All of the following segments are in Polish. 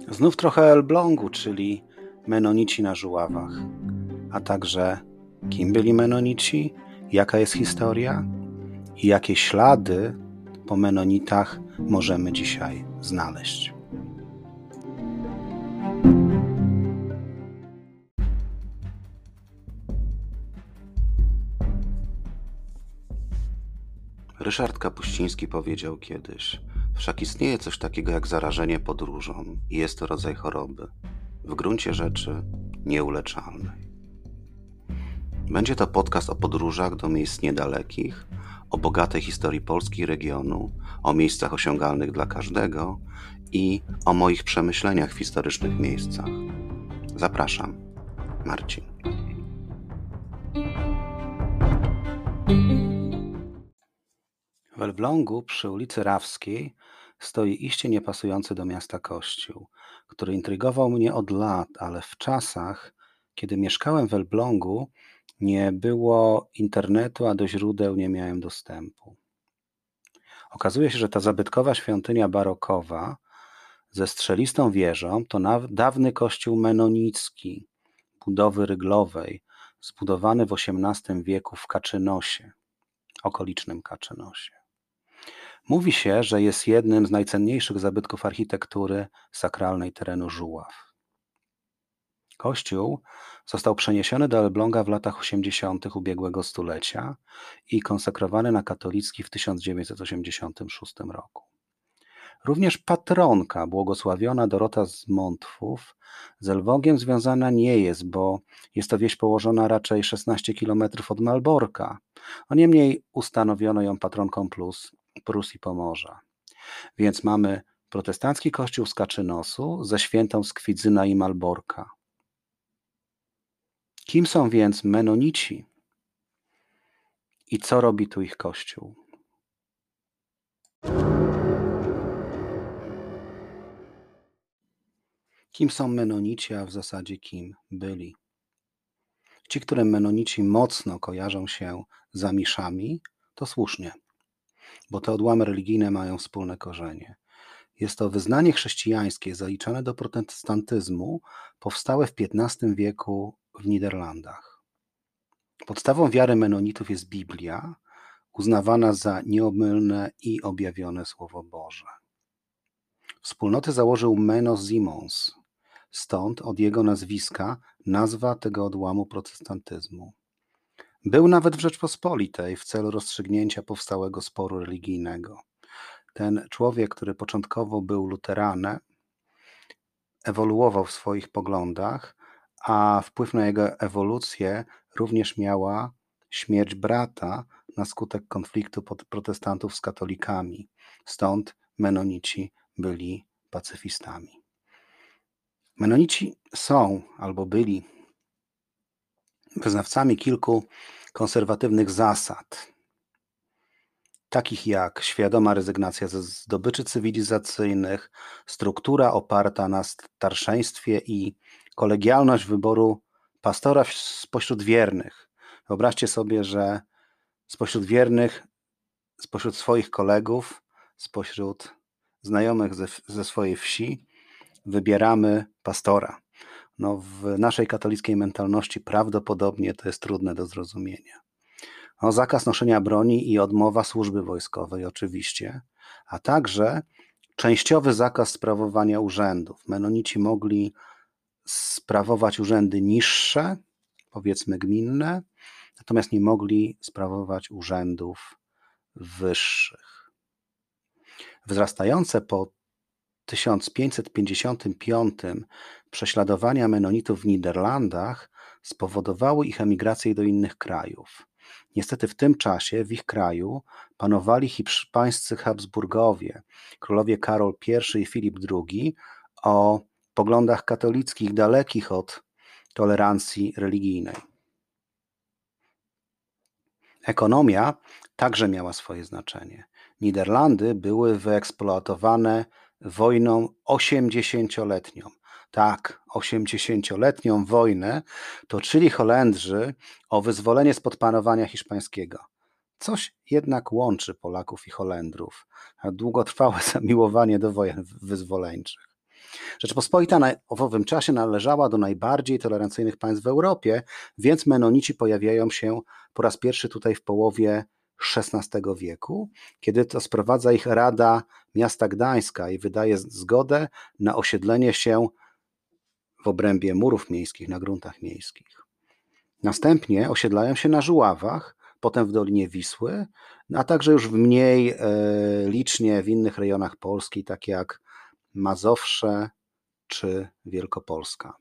Znów trochę Elblągu, czyli Menonici na Żuławach, a także kim byli Menonici, jaka jest historia i jakie ślady po Menonitach możemy dzisiaj znaleźć. Ryszard Kapuściński powiedział kiedyś: wszak istnieje coś takiego jak zarażenie podróżą i jest to rodzaj choroby, w gruncie rzeczy nieuleczalnej. Będzie to podcast o podróżach do miejsc niedalekich, o bogatej historii Polski i regionu, o miejscach osiągalnych dla każdego i o moich przemyśleniach w historycznych miejscach. Zapraszam, Marcin. W Elblągu przy ulicy Rawskiej stoi iście niepasujący do miasta kościół, który intrygował mnie od lat, ale w czasach, kiedy mieszkałem w Elblągu, nie było internetu, a do źródeł nie miałem dostępu. Okazuje się, że ta zabytkowa świątynia barokowa ze strzelistą wieżą to dawny kościół menonicki budowy ryglowej, zbudowany w XVIII wieku w Kaczynosie, okolicznym Kaczynosie. Mówi się, że jest jednym z najcenniejszych zabytków architektury sakralnej terenu Żuław. Kościół został przeniesiony do Elbląga w latach 80. ubiegłego stulecia i konsekrowany na katolicki w 1986 roku. Również patronka, błogosławiona Dorota z Montwów, z Elblągiem związana nie jest, bo jest to wieś położona raczej 16 km od Malborka. Niemniej ustanowiono ją patronką Prus i Pomorza. Więc mamy protestancki kościół z Kaczynosu ze świętą z Kwidzyna i Malborka. Kim są więc Menonici i co robi tu ich kościół? Kim są Menonici, a w zasadzie kim byli? Ci, którym Menonici mocno kojarzą się z Amiszami, to słusznie, bo te odłamy religijne mają wspólne korzenie. Jest to wyznanie chrześcijańskie zaliczane do protestantyzmu, powstałe w XV wieku w Niderlandach. Podstawą wiary Menonitów jest Biblia, uznawana za nieomylne i objawione Słowo Boże. Wspólnoty założył Menno Simons, stąd od jego nazwiska nazwa tego odłamu protestantyzmu. Był nawet w Rzeczpospolitej w celu rozstrzygnięcia powstałego sporu religijnego. Ten człowiek, który początkowo był luteranem, ewoluował w swoich poglądach, a wpływ na jego ewolucję również miała śmierć brata na skutek konfliktu protestantów z katolikami. Stąd Menonici byli pacyfistami. Menonici są albo byli wyznawcami kilku konserwatywnych zasad, takich jak świadoma rezygnacja ze zdobyczy cywilizacyjnych, struktura oparta na starszeństwie i kolegialność wyboru pastora spośród wiernych. Wyobraźcie sobie, że spośród wiernych, spośród swoich kolegów, spośród znajomych ze swojej wsi wybieramy pastora. W naszej katolickiej mentalności prawdopodobnie to jest trudne do zrozumienia. Zakaz noszenia broni i odmowa służby wojskowej oczywiście, a także częściowy zakaz sprawowania urzędów. Menonici mogli sprawować urzędy niższe, powiedzmy gminne, natomiast nie mogli sprawować urzędów wyższych. Wzrastające po 1555 prześladowania Menonitów w Niderlandach spowodowały ich emigrację do innych krajów. Niestety w tym czasie w ich kraju panowali hiszpańscy Habsburgowie, królowie Karol I i Filip II o poglądach katolickich dalekich od tolerancji religijnej. Ekonomia także miała swoje znaczenie. Niderlandy były wyeksploatowane wojną 80-letnią. Tak, 80-letnią wojnę toczyli Holendrzy o wyzwolenie spod panowania hiszpańskiego. Coś jednak łączy Polaków i Holendrów, a długotrwałe zamiłowanie do wojen wyzwoleńczych. Rzeczpospolita w owym czasie należała do najbardziej tolerancyjnych państw w Europie, więc menonici pojawiają się po raz pierwszy tutaj w połowie XVI wieku, kiedy to sprowadza ich Rada Miasta Gdańska i wydaje zgodę na osiedlenie się w obrębie murów miejskich, na gruntach miejskich. Następnie osiedlają się na Żuławach, potem w Dolinie Wisły, a także już mniej licznie w innych rejonach Polski, takie jak Mazowsze czy Wielkopolska.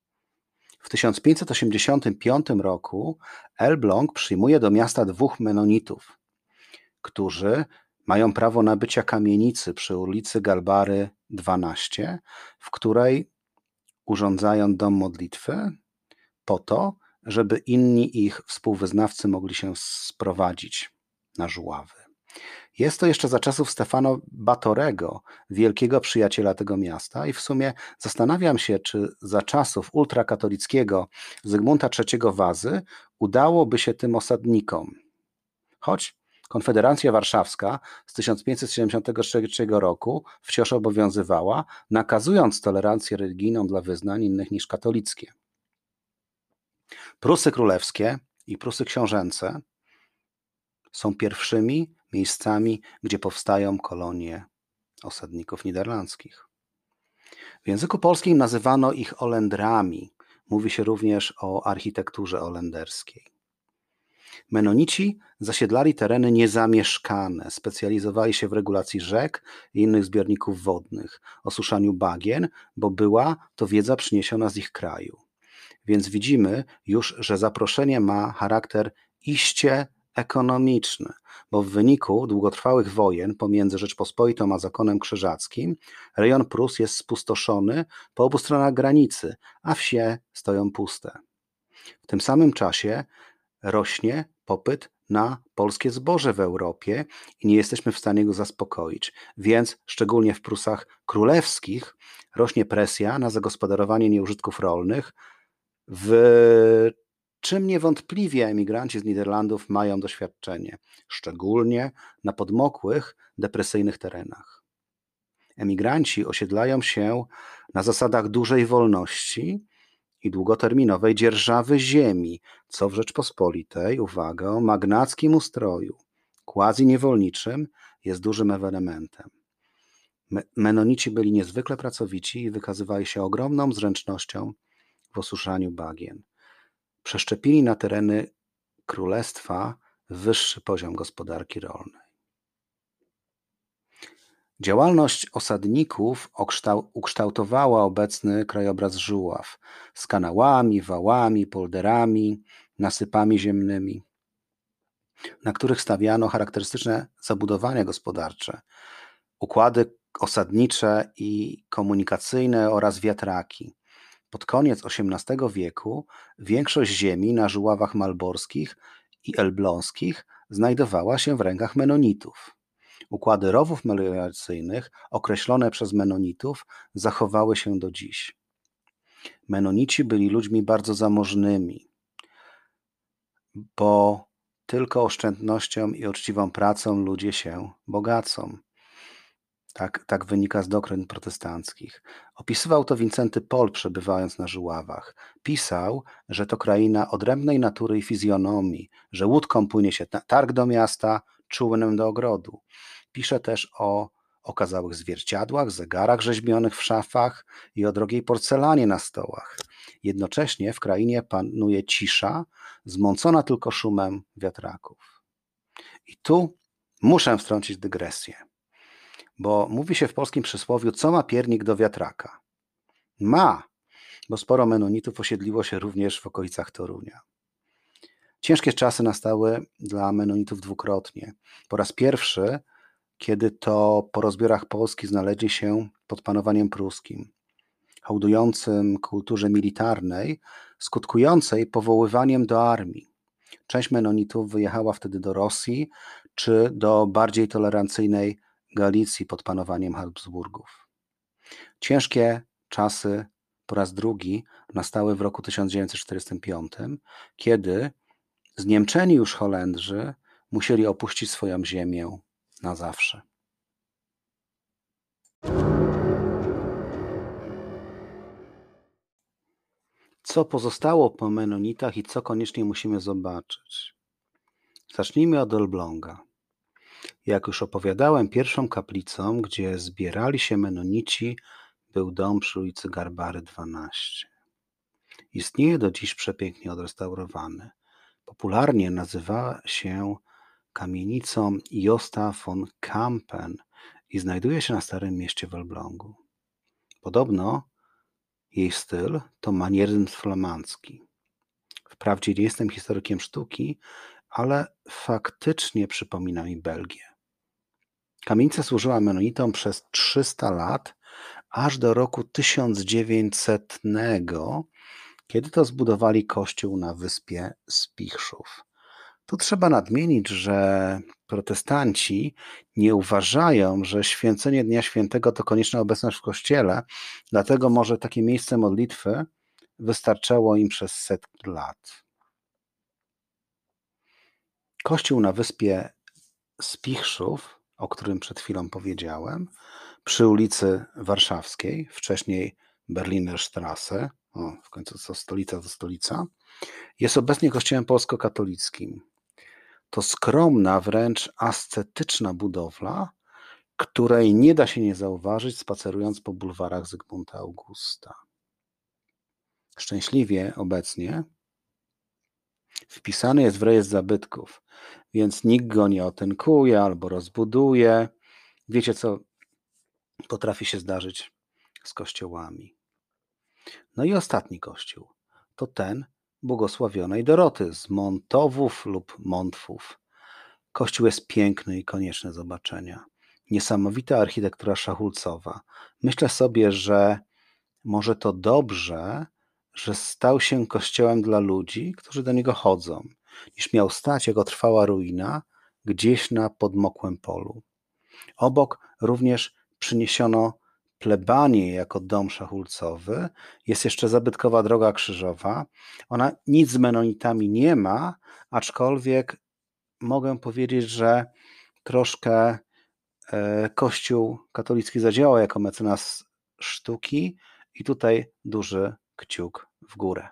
W 1585 roku Elbląg przyjmuje do miasta 2 menonitów, którzy mają prawo nabycia kamienicy przy ulicy Galbary 12, w której urządzają dom modlitwy po to, żeby inni ich współwyznawcy mogli się sprowadzić na Żuławy. Jest to jeszcze za czasów Stefano Batorego, wielkiego przyjaciela tego miasta, i w sumie zastanawiam się, czy za czasów ultrakatolickiego Zygmunta III Wazy udałoby się tym osadnikom. Choć Konfederacja Warszawska z 1573 roku wciąż obowiązywała, nakazując tolerancję religijną dla wyznań innych niż katolickie. Prusy królewskie i Prusy książęce są pierwszymi miejscami, gdzie powstają kolonie osadników niderlandzkich. W języku polskim nazywano ich Olendrami. Mówi się również o architekturze olenderskiej. Menonici zasiedlali tereny niezamieszkane, specjalizowali się w regulacji rzek i innych zbiorników wodnych, osuszaniu bagien, bo była to wiedza przyniesiona z ich kraju. Więc widzimy już, że zaproszenie ma charakter iście ekonomiczny, bo w wyniku długotrwałych wojen pomiędzy Rzeczpospolitą a zakonem krzyżackim rejon Prus jest spustoszony po obu stronach granicy, a wsie stoją puste. W tym samym czasie rośnie popyt na polskie zboże w Europie i nie jesteśmy w stanie go zaspokoić, więc szczególnie w Prusach królewskich rośnie presja na zagospodarowanie nieużytków rolnych, w czym niewątpliwie emigranci z Niderlandów mają doświadczenie, szczególnie na podmokłych, depresyjnych terenach. Emigranci osiedlają się na zasadach dużej wolności i długoterminowej dzierżawy ziemi, co w Rzeczpospolitej, uwaga, o magnackim ustroju, quasi-niewolniczym, jest dużym ewenementem. Menonici byli niezwykle pracowici i wykazywali się ogromną zręcznością w osuszaniu bagien. Przeszczepili na tereny królestwa wyższy poziom gospodarki rolnej. Działalność osadników ukształtowała obecny krajobraz Żuław z kanałami, wałami, polderami, nasypami ziemnymi, na których stawiano charakterystyczne zabudowania gospodarcze, układy osadnicze i komunikacyjne oraz wiatraki. Pod koniec XVIII wieku większość ziemi na Żuławach malborskich i elbląskich znajdowała się w rękach menonitów. Układy rowów melioracyjnych określone przez menonitów zachowały się do dziś. Menonici byli ludźmi bardzo zamożnymi, bo tylko oszczędnością i uczciwą pracą ludzie się bogacą. Tak wynika z doktryn protestanckich. Opisywał to Wincenty Pol, przebywając na Żuławach. Pisał, że to kraina odrębnej natury i fizjonomii, że łódką płynie się targ do miasta, czółnem do ogrodu. Pisze też o okazałych zwierciadłach, zegarach rzeźbionych w szafach i o drogiej porcelanie na stołach. Jednocześnie w krainie panuje cisza, zmącona tylko szumem wiatraków. I tu muszę wtrącić dygresję, bo mówi się w polskim przysłowiu, co ma piernik do wiatraka? Ma, bo sporo menonitów osiedliło się również w okolicach Torunia. Ciężkie czasy nastały dla menonitów dwukrotnie. Po raz pierwszy, kiedy to po rozbiorach Polski znaleźli się pod panowaniem pruskim, hołdującym kulturze militarnej, skutkującej powoływaniem do armii. Część menonitów wyjechała wtedy do Rosji czy do bardziej tolerancyjnej Galicji pod panowaniem Habsburgów. Ciężkie czasy po raz drugi nastały w roku 1945, kiedy zniemczeni już Holendrzy musieli opuścić swoją ziemię na zawsze. Co pozostało po menonitach i co koniecznie musimy zobaczyć? Zacznijmy od Elbląga. Jak już opowiadałem, pierwszą kaplicą, gdzie zbierali się menonici, był dom przy ulicy Garbary 12. Istnieje do dziś przepięknie odrestaurowany. Popularnie nazywa się kamienicą Josta von Kampen i znajduje się na Starym Mieście w Elblągu. Podobno jej styl to manierzyzm flamandzki. Wprawdzie nie jestem historykiem sztuki, ale faktycznie przypomina mi Belgię. Kamienica służyła menonitom przez 300 lat, aż do roku 1900, kiedy to zbudowali kościół na wyspie Spichrzów. Tu trzeba nadmienić, że protestanci nie uważają, że święcenie Dnia Świętego to konieczna obecność w kościele, dlatego może takie miejsce modlitwy wystarczało im przez setki lat. Kościół na wyspie Spichrzów, o którym przed chwilą powiedziałem, przy ulicy Warszawskiej, wcześniej Berlinerstraße, w końcu co stolica to stolica, jest obecnie kościołem polsko-katolickim. To skromna, wręcz ascetyczna budowla, której nie da się nie zauważyć, spacerując po bulwarach Zygmunta Augusta. Szczęśliwie obecnie wpisany jest w rejestr zabytków, więc nikt go nie otynkuje albo rozbuduje. Wiecie, co potrafi się zdarzyć z kościołami. No i ostatni kościół to ten błogosławionej Doroty z Montowów lub Montwów. Kościół jest piękny i konieczny zobaczenia. Niesamowita architektura szachulcowa. Myślę sobie, że może to dobrze, że stał się kościołem dla ludzi, którzy do niego chodzą, niż miał stać jako trwała ruina gdzieś na podmokłym polu. Obok również przyniesiono plebanię jako dom szachulcowy. Jest jeszcze zabytkowa droga krzyżowa. Ona nic z menonitami nie ma, aczkolwiek mogę powiedzieć, że troszkę Kościół katolicki zadziałał jako mecenas sztuki i tutaj duży kciuk w górę.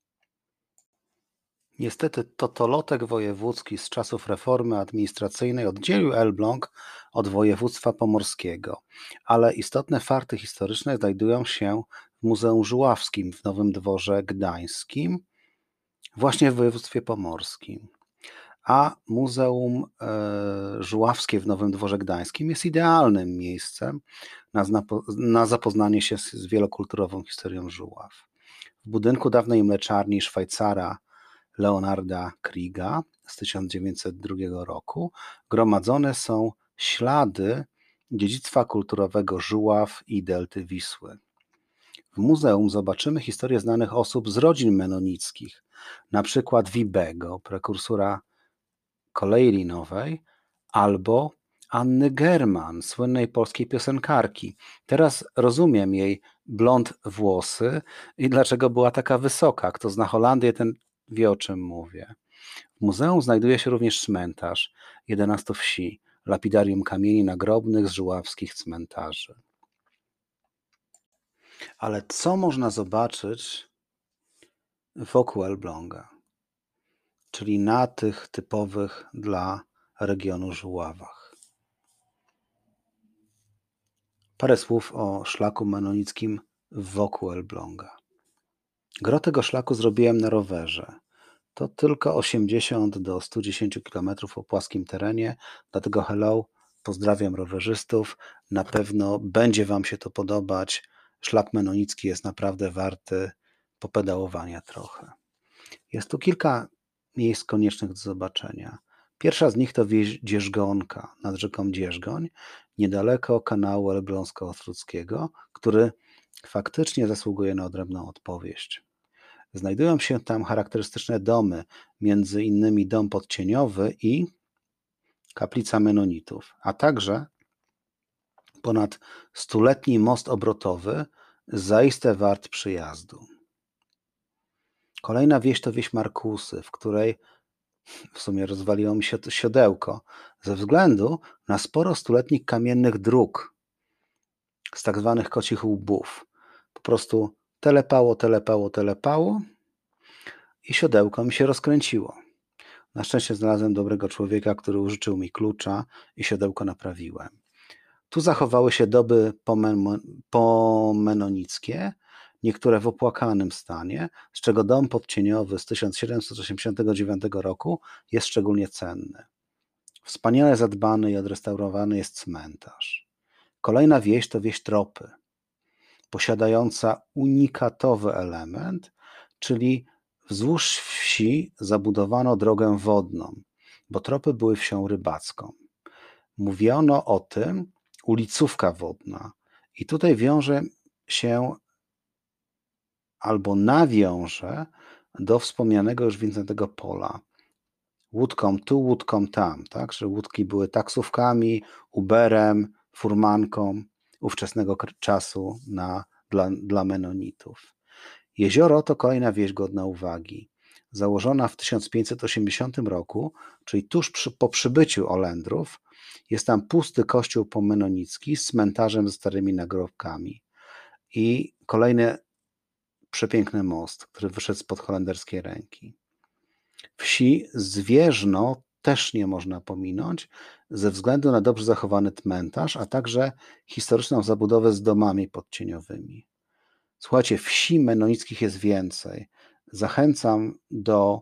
Niestety totolotek wojewódzki z czasów reformy administracyjnej oddzielił Elbląg od województwa pomorskiego, ale istotne fakty historyczne znajdują się w Muzeum Żuławskim w Nowym Dworze Gdańskim, właśnie w województwie pomorskim. A Muzeum Żuławskie w Nowym Dworze Gdańskim jest idealnym miejscem na zapoznanie się z wielokulturową historią Żuław. W budynku dawnej mleczarni Szwajcara Leonarda Kriega z 1902 roku gromadzone są ślady dziedzictwa kulturowego Żuław i delty Wisły. W muzeum zobaczymy historię znanych osób z rodzin menonickich, na przykład Wibego, prekursora kolei linowej, albo Anny German, słynnej polskiej piosenkarki. Teraz rozumiem jej blond włosy i dlaczego była taka wysoka. Kto zna Holandię, ten wie, o czym mówię. W muzeum znajduje się również cmentarz 11 wsi, lapidarium kamieni nagrobnych z żuławskich cmentarzy. Ale co można zobaczyć wokół Elbląga, czyli na tych typowych dla regionu Żuławach? Parę słów o szlaku menonickim wokół Elbląga. Gro tego szlaku zrobiłem na rowerze. To tylko 80 do 110 km o płaskim terenie, dlatego hello, pozdrawiam rowerzystów. Na pewno będzie Wam się to podobać. Szlak menonicki jest naprawdę warty popedałowania trochę. Jest tu kilka miejsc koniecznych do zobaczenia. Pierwsza z nich to wieś Dzierzgonka nad rzeką Dzierzgoń, niedaleko kanału elbląsko-ostruckiego, który faktycznie zasługuje na odrębną opowieść. Znajdują się tam charakterystyczne domy, między innymi dom podcieniowy i kaplica menonitów, a także ponad 100-letni most obrotowy, zaiste wart przyjazdu. Kolejna wieś to wieś Markusy, w której w sumie rozwaliło mi się to siodełko ze względu na sporo stuletnich kamiennych dróg z tak zwanych kocich łbów. Po prostu telepało i siodełko mi się rozkręciło. Na szczęście znalazłem dobrego człowieka, który użyczył mi klucza i siodełko naprawiłem. Tu zachowały się doby pomenonickie, niektóre w opłakanym stanie, z czego dom podcieniowy z 1789 roku jest szczególnie cenny. Wspaniale zadbany i odrestaurowany jest cmentarz. Kolejna wieś to wieś Tropy, posiadająca unikatowy element, czyli wzdłuż wsi zabudowano drogę wodną, bo Tropy były wsią rybacką. Mówiono o tym ulicówka wodna i tutaj wiąże się albo nawiąże do wspomnianego już Wincentego Pola. Łódką tu, łódką tam, tak? Że łódki były taksówkami, Uberem, furmanką ówczesnego czasu dla menonitów. Jezioro to kolejna wieś godna uwagi. Założona w 1580 roku, czyli tuż po przybyciu Olendrów, jest tam pusty kościół pomenonicki z cmentarzem ze starymi nagrobkami i kolejny przepiękny most, który wyszedł spod holenderskiej ręki. Wsi Zwierzno też nie można pominąć ze względu na dobrze zachowany cmentarz, a także historyczną zabudowę z domami podcieniowymi. Słuchajcie, wsi menonickich jest więcej. Zachęcam do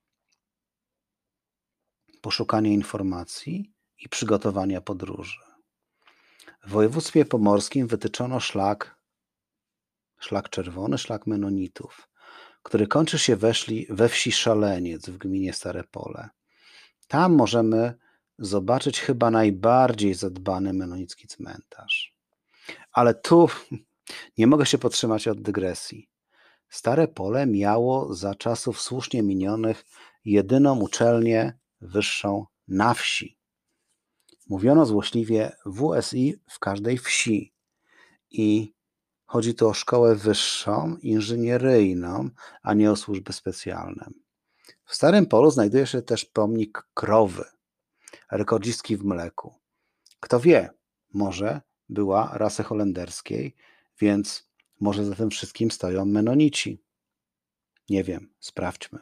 poszukania informacji i przygotowania podróży. W województwie pomorskim wytyczono szlak czerwony, szlak menonitów, który kończy się we wsi Szaleniec w gminie Stare Pole. Tam możemy zobaczyć chyba najbardziej zadbany menonicki cmentarz. Ale tu nie mogę się powstrzymać od dygresji. Stare Pole miało za czasów słusznie minionych jedyną uczelnię wyższą na wsi. Mówiono złośliwie WSI w każdej wsi i chodzi tu o szkołę wyższą, inżynieryjną, a nie o służby specjalne. W Starym Polu znajduje się też pomnik krowy, rekordzistki w mleku. Kto wie, może była rasy holenderskiej, więc może za tym wszystkim stoją menonici. Nie wiem, sprawdźmy.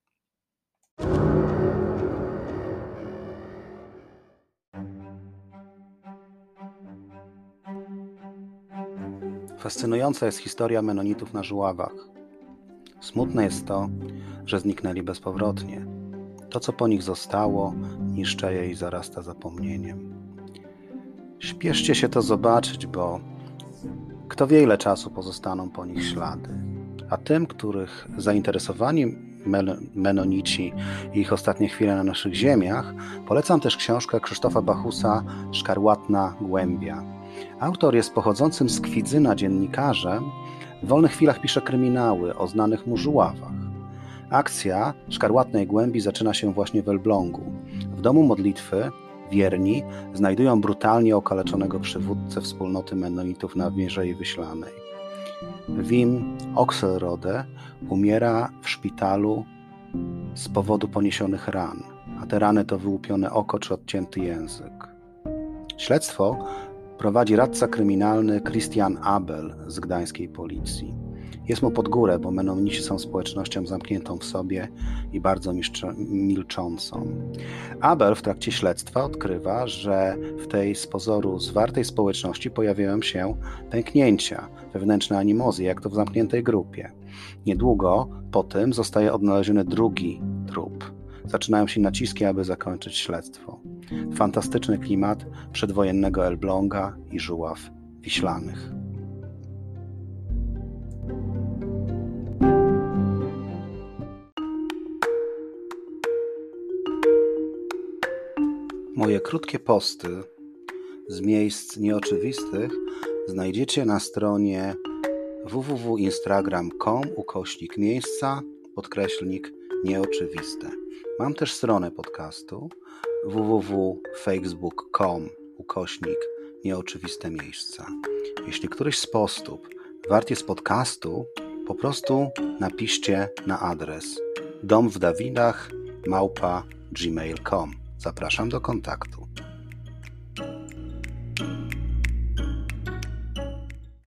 Fascynująca jest historia menonitów na Żuławach. Smutne jest to, że zniknęli bezpowrotnie. To, co po nich zostało, niszczeje i zarasta zapomnieniem. Śpieszcie się to zobaczyć, bo kto wie, ile czasu pozostaną po nich ślady. A tym, których zainteresowani menonici i ich ostatnie chwile na naszych ziemiach, polecam też książkę Krzysztofa Bachusa Szkarłatna Głębia. Autor jest pochodzącym z Kwidzyna dziennikarzem, w wolnych chwilach pisze kryminały o znanych mu Żuławach. Akcja Szkarłatnej Głębi zaczyna się właśnie w Elblągu. W domu modlitwy wierni znajdują brutalnie okaleczonego przywódcę wspólnoty menonitów na Mierzei Wiślanej. Wim Oxelrode umiera w szpitalu z powodu poniesionych ran, a te rany to wyłupione oko czy odcięty język. Śledztwo prowadzi radca kryminalny Christian Abel z gdańskiej policji. Jest mu pod górę, bo menonici są społecznością zamkniętą w sobie i bardzo milczącą. Abel w trakcie śledztwa odkrywa, że w tej z pozoru zwartej społeczności pojawiają się pęknięcia, wewnętrzne animozy, jak to w zamkniętej grupie. Niedługo po tym zostaje odnaleziony drugi trup. Zaczynają się naciski, aby zakończyć śledztwo. Fantastyczny klimat przedwojennego Elbląga i Żuław Wiślanych. Moje krótkie posty z miejsc nieoczywistych znajdziecie na stronie www.instagram.com/miejsca_nieoczywiste. Mam też stronę podcastu www.facebook.com/nieoczywiste miejsca. Jeśli któryś z postów wart jest podcastu, po prostu napiszcie na adres domwdawidach@gmail.com. Zapraszam do kontaktu.